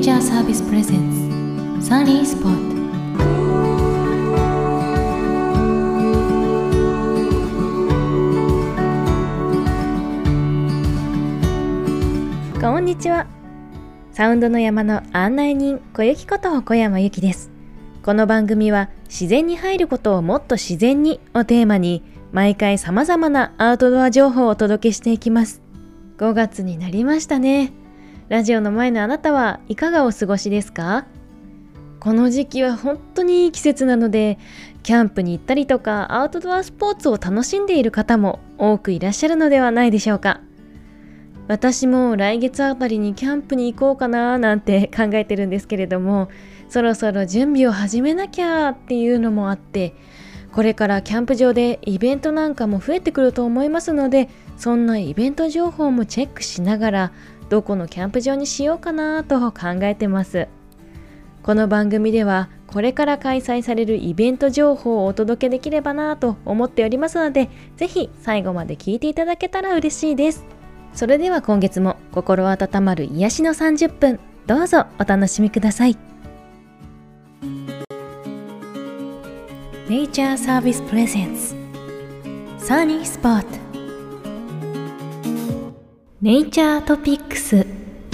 Nature Service Presents Sunny Spot。 こんにちは。サウンドの山の案内人小雪こと小山由紀です。この番組は自然に入ることをもっと自然にをテーマに毎回様々なアウトドア情報をお届けしていきます。5月になりましたね。ラジオの前のあなたはいかがお過ごしですか？この時期は本当にいい季節なので、キャンプに行ったりとかアウトドアスポーツを楽しんでいる方も多くいらっしゃるのではないでしょうか。私も来月あたりにキャンプに行こうかななんて考えてるんですけれども、そろそろ準備を始めなきゃっていうのもあって、これからキャンプ場でイベントなんかも増えてくると思いますので、そんなイベント情報もチェックしながらどこのキャンプ場にしようかなと考えてます。この番組ではこれから開催されるイベント情報をお届けできればなと思っておりますので、ぜひ最後まで聞いていただけたら嬉しいです。それでは今月も心温まる癒しの30分、どうぞお楽しみください。 Nature Service Presents Sunny Spot Nature Topics。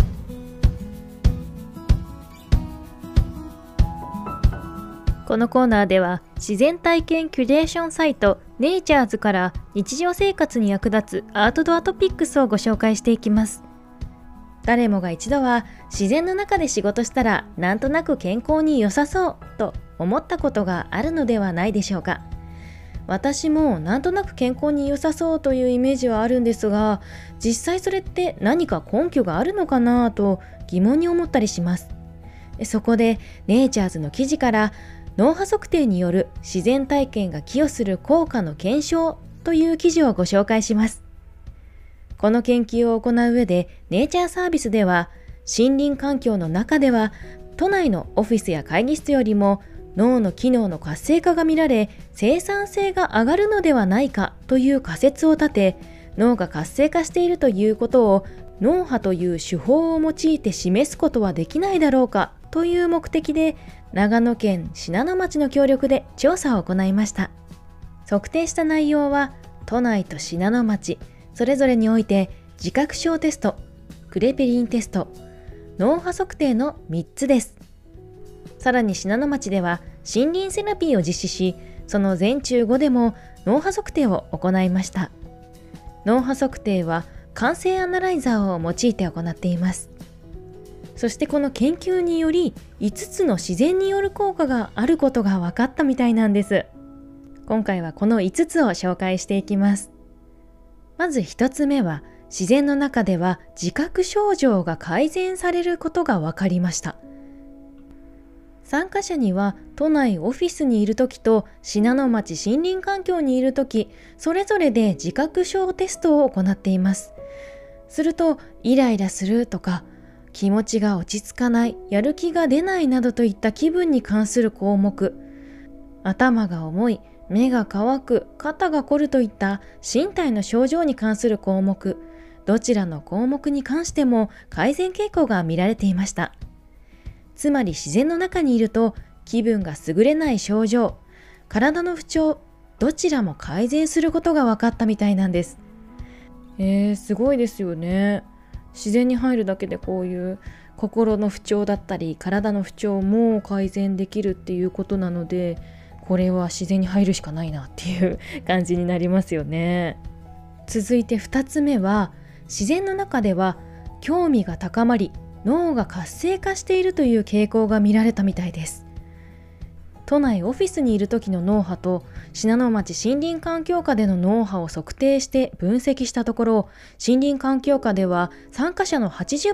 このコーナーでは自然体験キュレーションサイトネイチャーズから日常生活に役立つアウトドアトピックスをご紹介していきます。誰もが一度は自然の中で仕事したらなんとなく健康に良さそうと思ったことがあるのではないでしょうか。私もなんとなく健康に良さそうというイメージはあるんですが、実際それって何か根拠があるのかなと疑問に思ったりします。そこでネイチャーズの記事から脳波測定による自然体験が寄与する効果の検証という記事をご紹介します。この研究を行う上でネイチャーサービスでは、森林環境の中では都内のオフィスや会議室よりも脳の機能の活性化が見られ、生産性が上がるのではないかという仮説を立て、脳が活性化しているということを脳波という手法を用いて示すことはできないだろうかという目的で、長野県信濃町の協力で調査を行いました。測定した内容は都内と信濃町それぞれにおいて自覚症テスト、クレペリンテスト、脳波測定の3つです。さらに信濃町では森林セラピーを実施し、その前中後でも脳波測定を行いました。脳波測定は感性アナライザーを用いて行っています。そしてこの研究により5つの自然による効果があることが分かったみたいなんです。今回はこの5つを紹介していきます。まず1つ目は、自然の中では自覚症状が改善されることが分かりました。参加者には都内オフィスにいるときと信濃町森林環境にいるとき、それぞれで自覚症テストを行っています。するとイライラするとか、気持ちが落ち着かない、やる気が出ないなどといった気分に関する項目、頭が重い、目が乾く、肩が凝るといった身体の症状に関する項目、どちらの項目に関しても改善傾向が見られていました。つまり自然の中にいると気分が優れない症状、体の不調、どちらも改善することが分かったみたいなんです。すごいですよね。自然に入るだけでこういう心の不調だったり体の不調も改善できるっていうことなので、これは自然に入るしかないなっていう感じになりますよね。続いて2つ目は、自然の中では興味が高まり脳が活性化しているという傾向が見られたみたいです。都内オフィスにいる時の脳波と信濃町森林環境下での脳波を測定して分析したところ、森林環境下では参加者の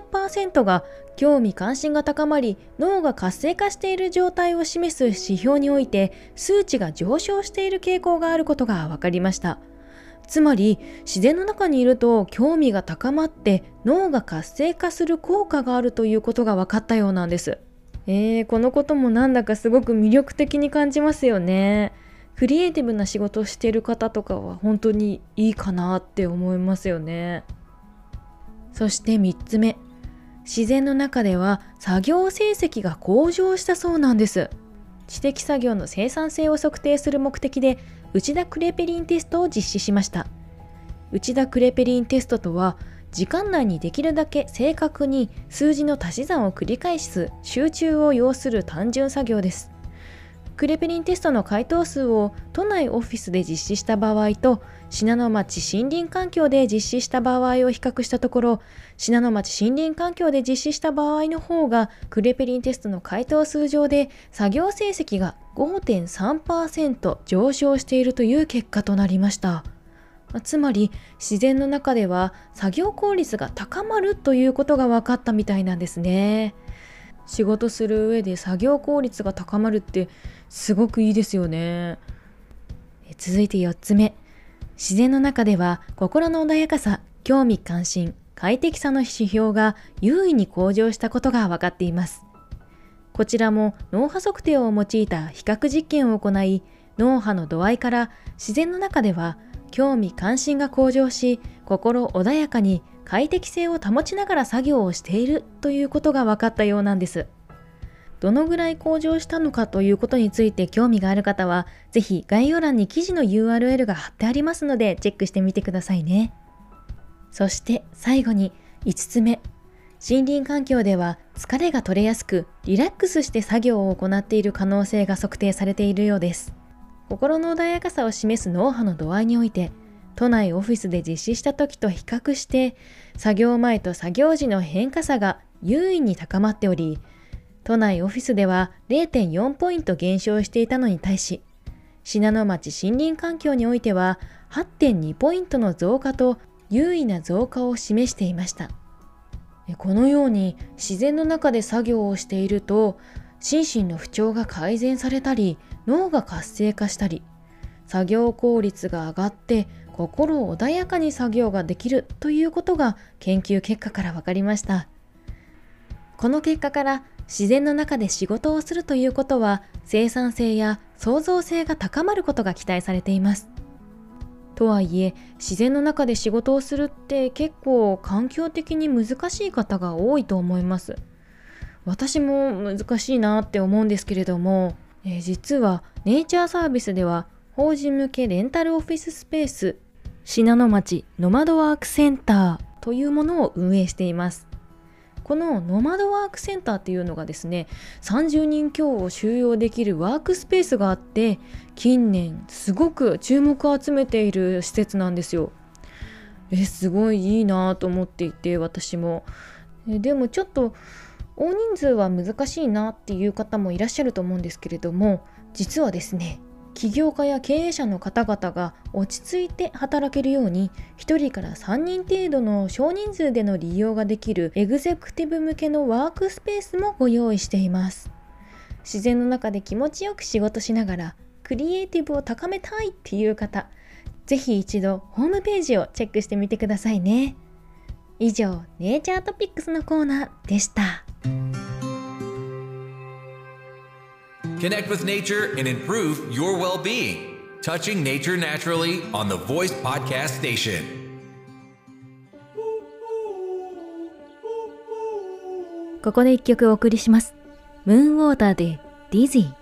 80% が興味関心が高まり脳が活性化している状態を示す指標において数値が上昇している傾向があることが分かりました。つまり自然の中にいると興味が高まって脳が活性化する効果があるということが分かったようなんです。このこともなんだかすごく魅力的に感じますよね。クリエイティブな仕事をしている方とかは本当にいいかなって思いますよね。そして3つ目、 自然の中では作業成績が向上したそうなんです。知的作業の生産性を測定する目的で内田クレペリンテストを実施しました。内田クレペリンテストとは、時間内にできるだけ正確に数字の足し算を繰り返す集中を要する単純作業です。クレペリンテストの回答数を都内オフィスで実施した場合と信濃町森林環境で実施した場合を比較したところ、信濃町森林環境で実施した場合の方がクレペリンテストの回答数上で作業成績が 5.3% 上昇しているという結果となりました。つまり自然の中では作業効率が高まるということが分かったみたいなんですね。仕事する上で作業効率が高まるってすごくいいですよね。続いて4つ目。自然の中では心の穏やかさ、興味関心、快適さの指標が優位に向上したことが分かっています。こちらも脳波測定を用いた比較実験を行い、脳波の度合いから自然の中では興味関心が向上し、心穏やかに快適性を保ちながら作業をしているということが分かったようなんです。どのぐらい向上したのかということについて興味がある方は、ぜひ概要欄に記事の URL が貼ってありますのでチェックしてみてくださいね。そして最後に5つ目。森林環境では疲れが取れやすく、リラックスして作業を行っている可能性が測定されているようです。心の穏やかさを示す脳波の度合いにおいて、都内オフィスで実施した時と比較して、作業前と作業時の変化差が優位に高まっており、都内オフィスでは 0.4 ポイント減少していたのに対し、信濃町森林環境においては 8.2 ポイントの増加と優位な増加を示していました。このように自然の中で作業をしていると、心身の不調が改善されたり、脳が活性化したり、作業効率が上がって心穏やかに作業ができるということが研究結果から分かりました。この結果から自然の中で仕事をするということは生産性や創造性が高まることが期待されています。とはいえ、自然の中で仕事をするって結構環境的に難しい方が多いと思います。私も難しいなって思うんですけれども、実はネイチャーサービスでは法人向けレンタルオフィススペース信濃町ノマドワークセンターというものを運営しています。このノマドワークセンターっていうのがですね、30人強を収容できるワークスペースがあって、近年すごく注目を集めている施設なんですよ。すごいいいなと思っていて、私も。でもちょっと大人数は難しいなっていう方もいらっしゃると思うんですけれども、実はですね、起業家や経営者の方々が落ち着いて働けるように1人から3人程度の少人数での利用ができるエグゼクティブ向けのワークスペースもご用意しています。自然の中で気持ちよく仕事しながらクリエイティブを高めたいっていう方、ぜひ一度ホームページをチェックしてみてくださいね。以上、ネイチャートピックスのコーナーでした。 Connect with nature and improve your well-being. Touching nature naturally on the Voice Podcast Station. ここで一曲お送りします。ムーンウォーターでディズィー。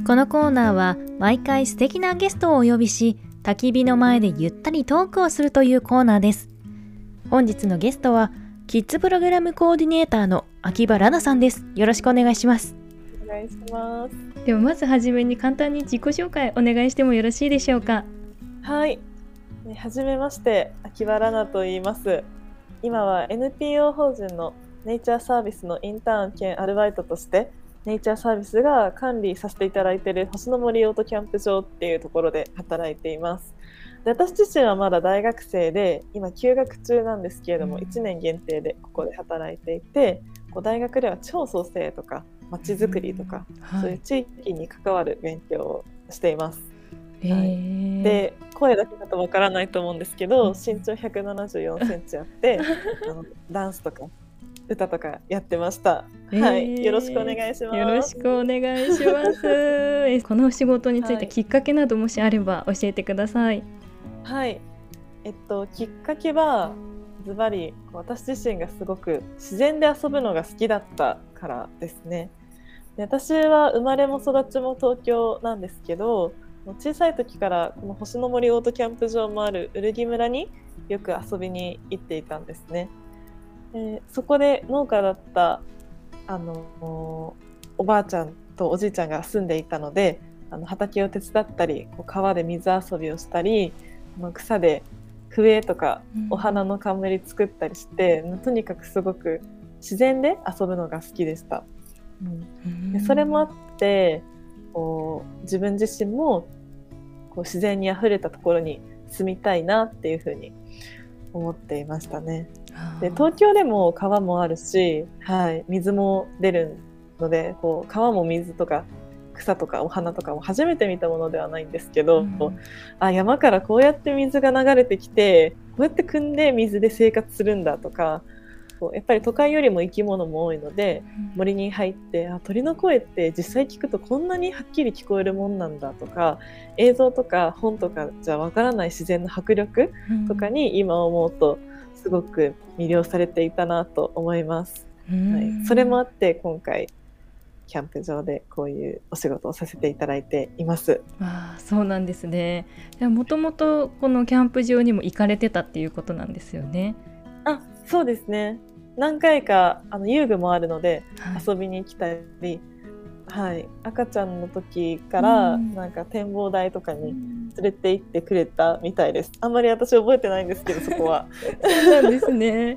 このコーナーは毎回素敵なゲストをお呼びし、焚き火の前でゆったりトークをするというコーナーです。本日のゲストはキッズプログラムコーディネーターの秋葉ラナさんです。よろしくお願いします。 お願いします。 ではまずはじめに簡単に自己紹介お願いしてもよろしいでしょうか。 はい、はじめまして、秋葉ラナと言います。今は NPO 法人のネイチャーサービスのインターン兼アルバイトとしてネイチャーサービスが管理させていただいている星の森オートキャンプ場っていうところで働いています。で、私自身はまだ大学生で今休学中なんですけれども、1年限定でここで働いていて、大学では地創生とかまちづくりとか、そういう地域に関わる勉強をしています。で、声だけだとわからないと思うんですけど、身長174センチあってダンスとか歌とかやってました。はい、よろしくお願いします。 よろしくお願いしますこの仕事についてきっかけなどもしあれば教えてください。 はい、きっかけはズバリ私自身がすごく自然で遊ぶのが好きだったからですね。で、私は生まれも育ちも東京なんですけど、小さい時からこの星の森オートキャンプ場もあるうるぎ村によく遊びに行っていたんですね。そこで農家だったおばあちゃんとおじいちゃんが住んでいたので、畑を手伝ったり川で水遊びをしたり、草で笛とかお花の冠作ったりして、とにかくすごく自然で遊ぶのが好きでした。で、それもあって自分自身も自然にあふれたところに住みたいなっていうふうに思っていましたね。で、東京でも川もあるし、水も出るので川も水とか草とかお花とかも初めて見たものではないんですけど、山からこうやって水が流れてきてこうやって汲んで水で生活するんだとか、やっぱり都会よりも生き物も多いので、森に入って鳥の声って実際聞くとこんなにはっきり聞こえるもんなんだとか、映像とか本とかじゃわからない自然の迫力とかに今思うとすごく魅了されていたなと思います。それもあって今回キャンプ場でこういうお仕事をさせていただいています。 そうなんですね。もともとこのキャンプ場にも行かれてたっていうことなんですよね。 そうですね。何回か遊具もあるので遊びに来たり、赤ちゃんの時からなんか展望台とかに連れて行ってくれたみたいです。あんまり私覚えてないんですけど、そこはそうなんですね。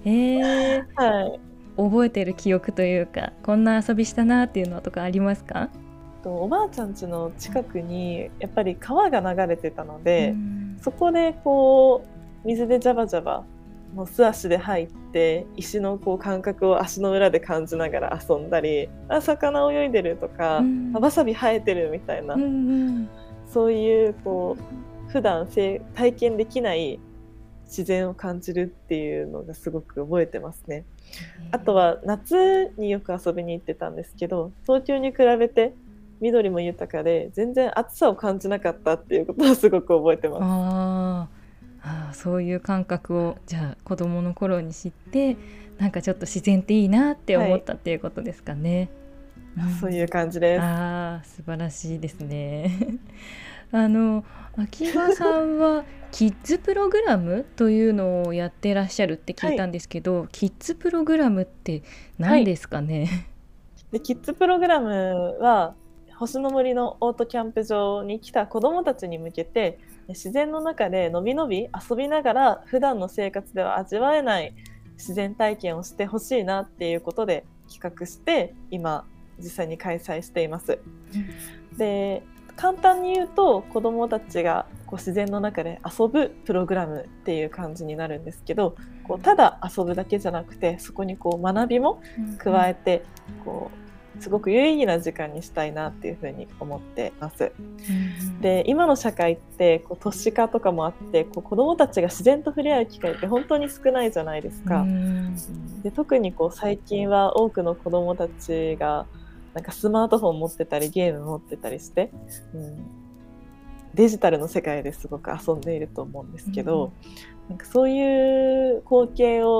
覚えてる記憶というか、こんな遊びしたなっていうのとかありますか？ おばあちゃん家の近くにやっぱり川が流れてたので、そこで水でジャバジャバ素足で入って石の感覚を足の裏で感じながら遊んだり、魚泳いでるとか、わさび生えてるみたいな、そういう普段体験できない自然を感じるっていうのがすごく覚えてますね。あとは夏によく遊びに行ってたんですけど、東京に比べて緑も豊かで全然暑さを感じなかったっていうことをすごく覚えてます。 そういう感覚をじゃあ子どもの頃に知って、なんかちょっと自然っていいなって思ったっていうことですかね。 そういう感じです。 素晴らしいですね秋葉さんはキッズプログラムというのをやってらっしゃるって聞いたんですけど、キッズプログラムって何ですかね？ で、キッズプログラムは星の森のオートキャンプ場に来た子どもたちに向けて、自然の中でのびのび遊びながら普段の生活では味わえない自然体験をしてほしいなっていうことで企画して今実際に開催しています。で、簡単に言うと子どもたちが自然の中で遊ぶプログラムっていう感じになるんですけど、ただ遊ぶだけじゃなくてそこに学びも加えてすごく有意義な時間にしたいなっていうふうに思ってます。で、今の社会って都市化とかもあって子どもたちが自然と触れ合う機会って本当に少ないじゃないですか。で、特に最近は多くの子どもたちがなんかスマートフォン持ってたりゲーム持ってたりして、デジタルの世界ですごく遊んでいると思うんですけど、なんかそういう光景を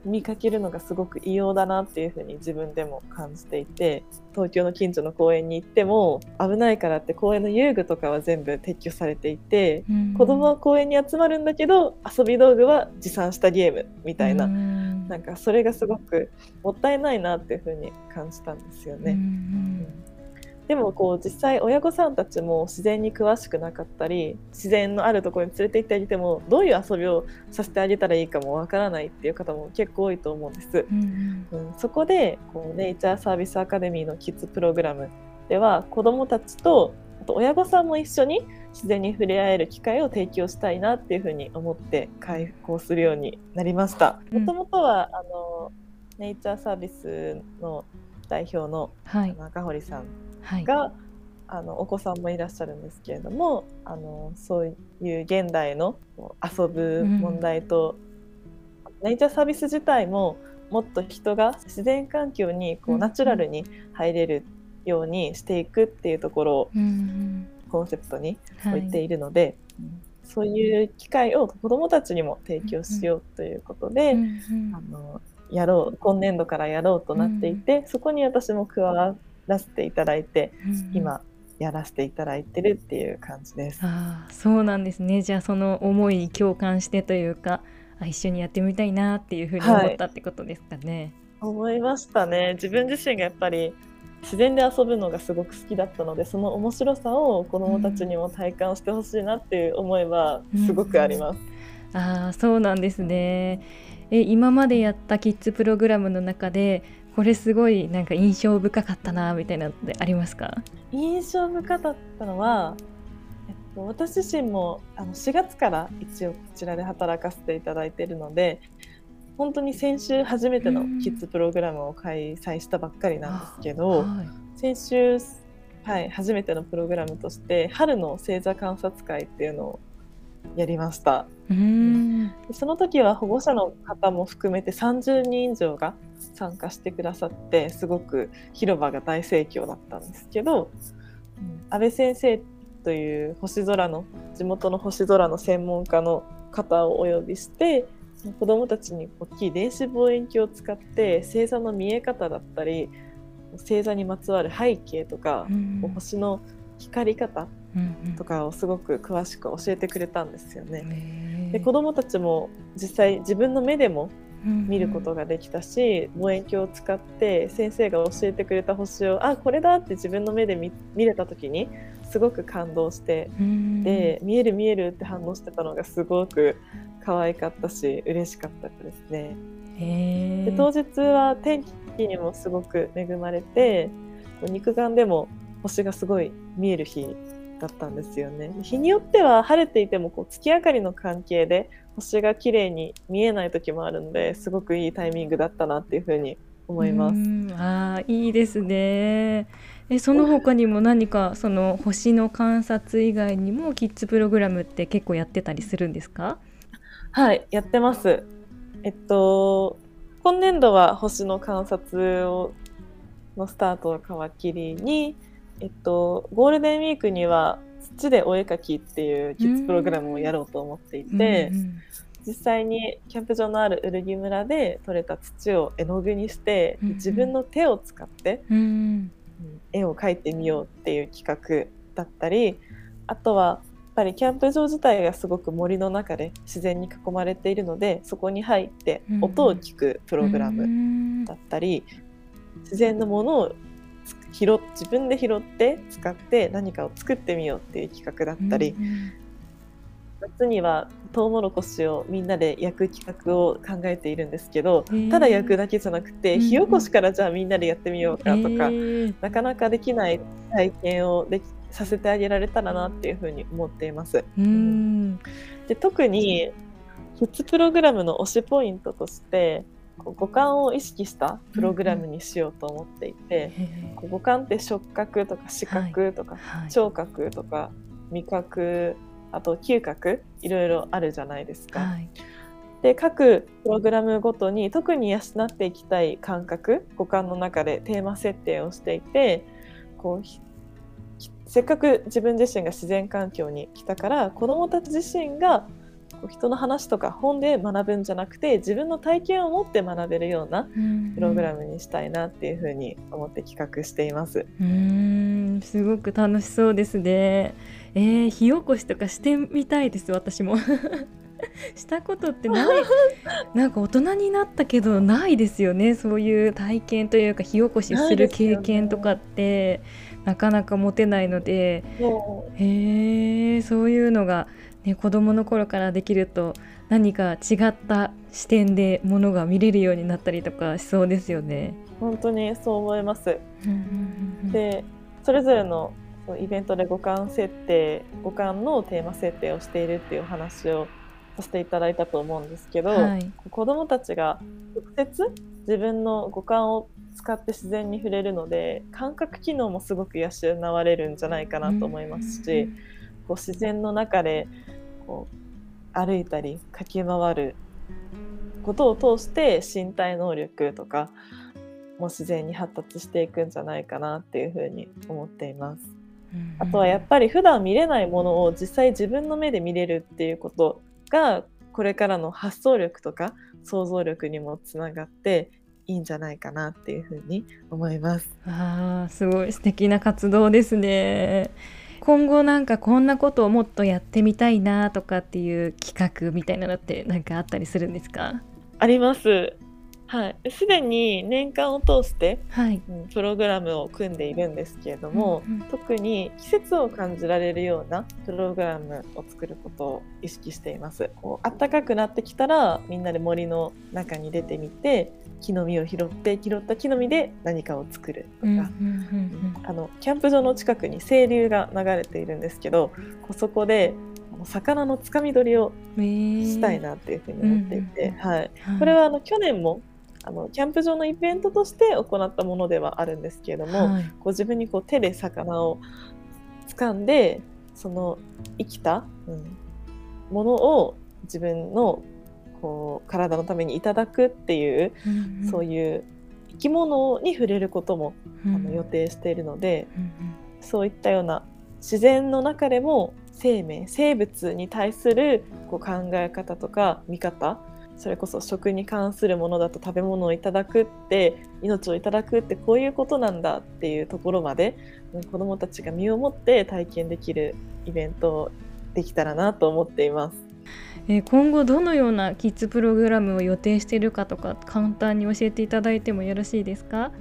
見かけるのがすごく異様だなっていうふうに自分でも感じていて、東京の近所の公園に行っても危ないからって公園の遊具とかは全部撤去されていて、子供は公園に集まるんだけど遊び道具は持参したゲームみたいな、なんかそれがすごくもったいないなっていうふうに感じたんですよね。でもこう実際親御さんたちも自然に詳しくなかったり、自然のあるところに連れて行ってあげてもどういう遊びをさせてあげたらいいかもわからないっていう方も結構多いと思うんです。そこでこうネイチャーサービスアカデミーのキッズプログラムでは、子どもたちとあと親御さんも一緒に自然に触れ合える機会を提供したいなっていうふうに思って開講するようになりました。もともとはネイチャーサービスの代表の赤堀さんが、お子さんもいらっしゃるんですけれども、そういう現代の遊ぶ問題と、ネイチャーサービス自体ももっと人が自然環境にこうナチュラルに入れるようにしていくっていうところをコンセプトに置いているので、そういう機会を子どもたちにも提供しようということで、やろう、今年度からやろうとなっていて、そこに私も加わらせていただいて、今やらせていただいてるっていう感じです。 そうなんですね。じゃあその思いに共感してというか、一緒にやってみたいなっていうふうに思ったってことですかね。 思いましたね。自分自身がやっぱり自然で遊ぶのがすごく好きだったので、その面白さを子どもたちにも体感してほしいなっていう思いはすごくあります。 そうなんですね。今までやったキッズプログラムの中でこれすごいなんか印象深かったなみたいなのってありますか？ 印象深かったのは、私自身も4月から一応こちらで働かせていただいているので、本当に先週初めてのキッズプログラムを開催したばっかりなんですけど、先週、初めてのプログラムとして春の星座観察会っていうのをやりました。その時は保護者の方も含めて30人以上が参加してくださって、すごく広場が大盛況だったんですけど、安倍先生という地元の星空の専門家の方をお呼びして、子どもたちに大きい電子望遠鏡を使って星座の見え方だったり、星座にまつわる背景とか、星の光り方とかをすごく詳しく教えてくれたんですよね。で、子どもたちも実際自分の目でも見ることができたし、望遠鏡を使って先生が教えてくれた星をこれだって自分の目で 見れた時にすごく感動して、で見える見えるって反応してたのがすごく可愛かったし嬉しかったですね。で、当日は天気にもすごく恵まれて、肉眼でも星がすごい見える日だったんですよね。日によっては晴れていても月明かりの関係で星が綺麗に見えない時もあるので、すごくいいタイミングだったなっていうふうに思います。 いいですね。その他にも何かその星の観察以外にもキッズプログラムって結構やってたりするんですか？ はい、やってます。今年度は星の観察のスタートを皮切りに、ゴールデンウィークには土でお絵描きっていうキッズプログラムをやろうと思っていて、実際にキャンプ場のあるウ木村で採れた土を絵の具にして、自分の手を使って絵を描いてみようっていう企画だったり、あとはやっぱりキャンプ場自体がすごく森の中で自然に囲まれているので、そこに入って音を聞くプログラムだったり、自然のものを自分で拾って使って何かを作ってみようっていう企画だったり、夏にはトウモロコシをみんなで焼く企画を考えているんですけど、ただ焼くだけじゃなくて火起こしからじゃあみんなでやってみようかとか、なかなかできない体験をさせてあげられたらなっていうふうに思っています。で、特にキッズプログラムの推しポイントとして五感を意識したプログラムにしようと思っていて、五感って触覚とか視覚とか、聴覚とか味覚、あと嗅覚、いろいろあるじゃないですか。で、各プログラムごとに特に養っていきたい感覚、五感の中でテーマ設定をしていて、せっかく自分自身が自然環境に来たから、子どもたち自身が人の話とか本で学ぶんじゃなくて自分の体験を持って学べるようなプログラムにしたいなっていうふうに思って企画しています。 すごく楽しそうですね。火起こしとかしてみたいです、私もしたことってないなんか大人になったけどないですよね。そういう体験というか火起こしする経験とかってなかなか持てないので、そういうのが、ね、子供の頃からできると何か違った視点でものが見れるようになったりとかしそうですよね。 本当にそう思います。でそれぞれのイベントで五感のテーマ設定をしているっていうお話をさせていただいたと思うんですけど、子どもたちが直接自分の五感を使って自然に触れるので感覚機能もすごく養われるんじゃないかなと思いますし、自然の中で歩いたり駆け回ることを通して身体能力とかも自然に発達していくんじゃないかなっていうふうに思っています。あとはやっぱり普段見れないものを実際自分の目で見れるっていうことがこれからの発想力とか想像力にもつながっていいんじゃないかなっていうふうに思います。 すごい素敵な活動ですね。今後なんかこんなことをもっとやってみたいなとかっていう企画みたいなのってなんかあったりするんですか？ あります。すでに年間を通して、プログラムを組んでいるんですけれども、特に季節を感じられるようなプログラムを作ることを意識しています。暖かくなってきたらみんなで森の中に出てみて木の実を拾った木の実で何かを作るとか、キャンプ場の近くに清流が流れているんですけど、そこで魚のつかみ取りをしたいなっていうふうに思っていて、これは去年もキャンプ場のイベントとして行ったものではあるんですけれども、自分に手で魚を掴んでその生きた、ものを自分の体のためにいただくっていう、そういう生き物に触れることも予定しているので、そういったような自然の中でも生物に対する考え方とか見方、それこそ食に関するものだと食べ物をいただくって命をいただくってこういうことなんだっていうところまで子どもたちが身をもって体験できるイベントをできたらなと思っています。 今後どのようなキッズプログラムを予定しているかとか簡単に教えていただいてもよろしいですか？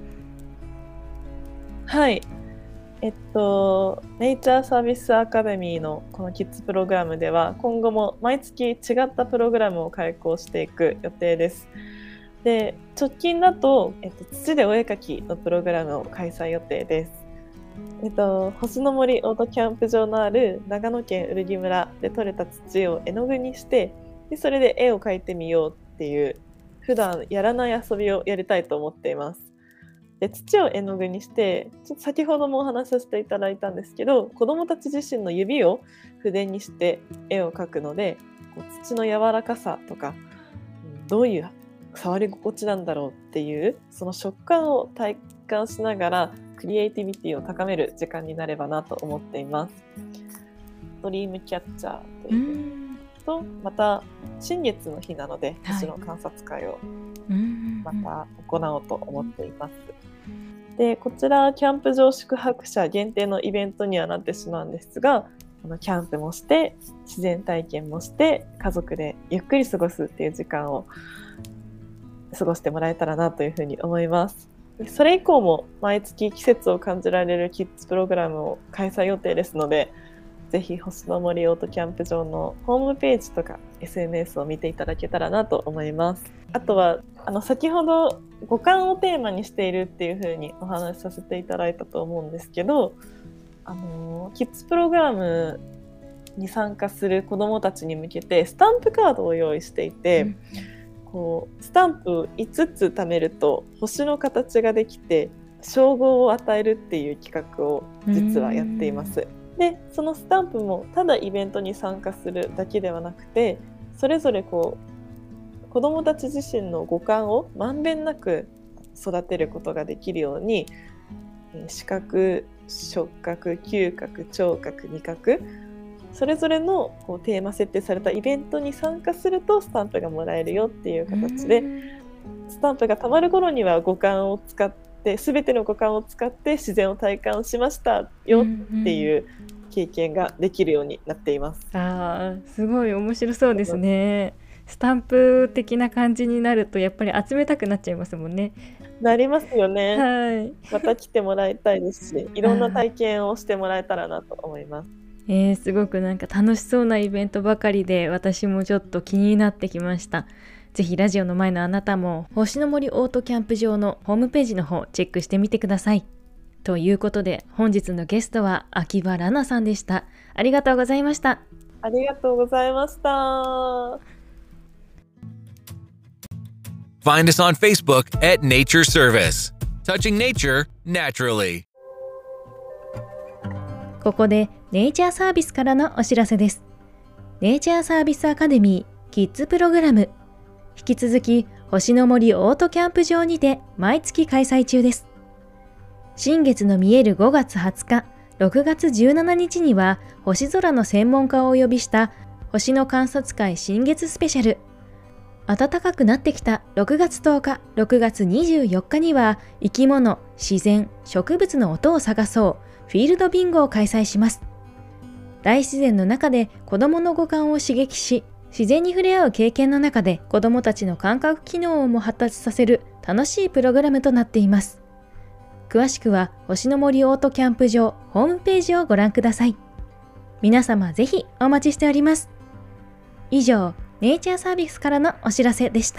ネイチャーサービスアカデミーのこのキッズプログラムでは今後も毎月違ったプログラムを開講していく予定です。で、直近だと、土でお絵描きのプログラムを開催予定です。星の森オートキャンプ場のある長野県売木村で採れた土を絵の具にして、でそれで絵を描いてみようっていう普段やらない遊びをやりたいと思っています。で土を絵の具にしてちょっと先ほどもお話しさせていただいたんですけど、子どもたち自身の指を筆にして絵を描くので土の柔らかさとかどういう触り心地なんだろうっていうその食感を体感しながらクリエイティビティを高める時間になればなと思っています。ドリームキャッチャーというと、また新月の日なので星の観察会をまた行おうと思っています。でこちらキャンプ場宿泊者限定のイベントにはなってしまうんですが、キャンプもして自然体験もして家族でゆっくり過ごすっていう時間を過ごしてもらえたらなというふうに思います。それ以降も毎月季節を感じられるキッズプログラムを開催予定ですので、ぜひ星の森オートキャンプ場のホームページとか SNS を見ていただけたらなと思います。あとは先ほど五感をテーマにしているっていう風にお話しさせていただいたと思うんですけど、キッズプログラムに参加する子どもたちに向けてスタンプカードを用意していて、スタンプ5つ貯めると星の形ができて称号を与えるっていう企画を実はやっています。でそのスタンプもただイベントに参加するだけではなくて、それぞれ子どもたち自身の五感をまんべんなく育てることができるように視覚、触覚、嗅覚、聴覚、味覚それぞれのこうテーマ設定されたイベントに参加するとスタンプがもらえるよっていう形で、スタンプがたまる頃には五感を使って全ての五感を使って自然を体感しましたよっていう経験ができるようになっています。 すごい面白そうですね。スタンプ的な感じになるとやっぱり集めたくなっちゃいますもんね。 なりますよね。 はい。 また来てもらいたいですし、いろんな体験をしてもらえたらなと思います。 すごくなんか楽しそうなイベントばかりで私もちょっと気になってきました。ぜひラジオの前のあなたも星の森オートキャンプ場のホームページの方チェックしてみてください。ということで本日のゲストは秋葉ラナさんでした。ありがとうございました。 ありがとうございました。 Find us on Facebook at Nature Service. Touching nature naturally. ここでネイチャーサービスからのお知らせです。ネイチャーサービスアカデミーキッズプログラム。引き続き星の森オートキャンプ場にて毎月開催中です。新月の見える5月20日、6月17日には星空の専門家をお呼びした星の観察会新月スペシャル。暖かくなってきた6月10日、6月24日には生き物、自然、植物の音を探そうフィールドビンゴを開催します。大自然の中で子どもの五感を刺激し、自然に触れ合う経験の中で子どもたちの感覚機能をも発達させる楽しいプログラムとなっています。詳しくは星の森オートキャンプ場ホームページをご覧ください。皆様ぜひお待ちしております。以上、ネイチャーサービスからのお知らせでした。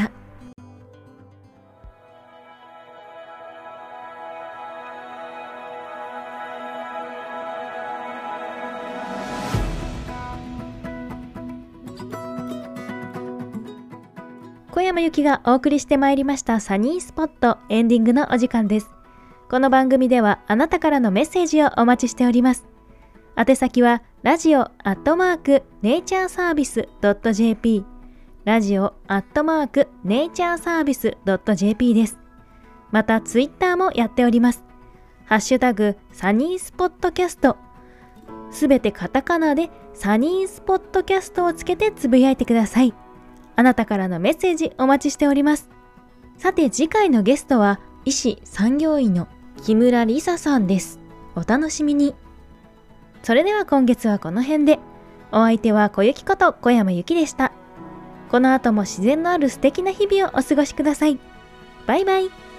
小山由紀がお送りしてまいりましたサニースポットエンディングのお時間です。この番組ではあなたからのメッセージをお待ちしております。宛先はradio@natureservice.jp radio@natureservice.jp です。またツイッターもやっております。ハッシュタグサニースポットキャスト、すべてカタカナでサニースポットキャストをつけてつぶやいてください。あなたからのメッセージお待ちしております。さて次回のゲストは医師産業医の木村梨沙さんです。お楽しみに。それでは今月はこの辺で。お相手は小雪こと小山由紀でした。この後も自然のある素敵な日々をお過ごしください。バイバイ。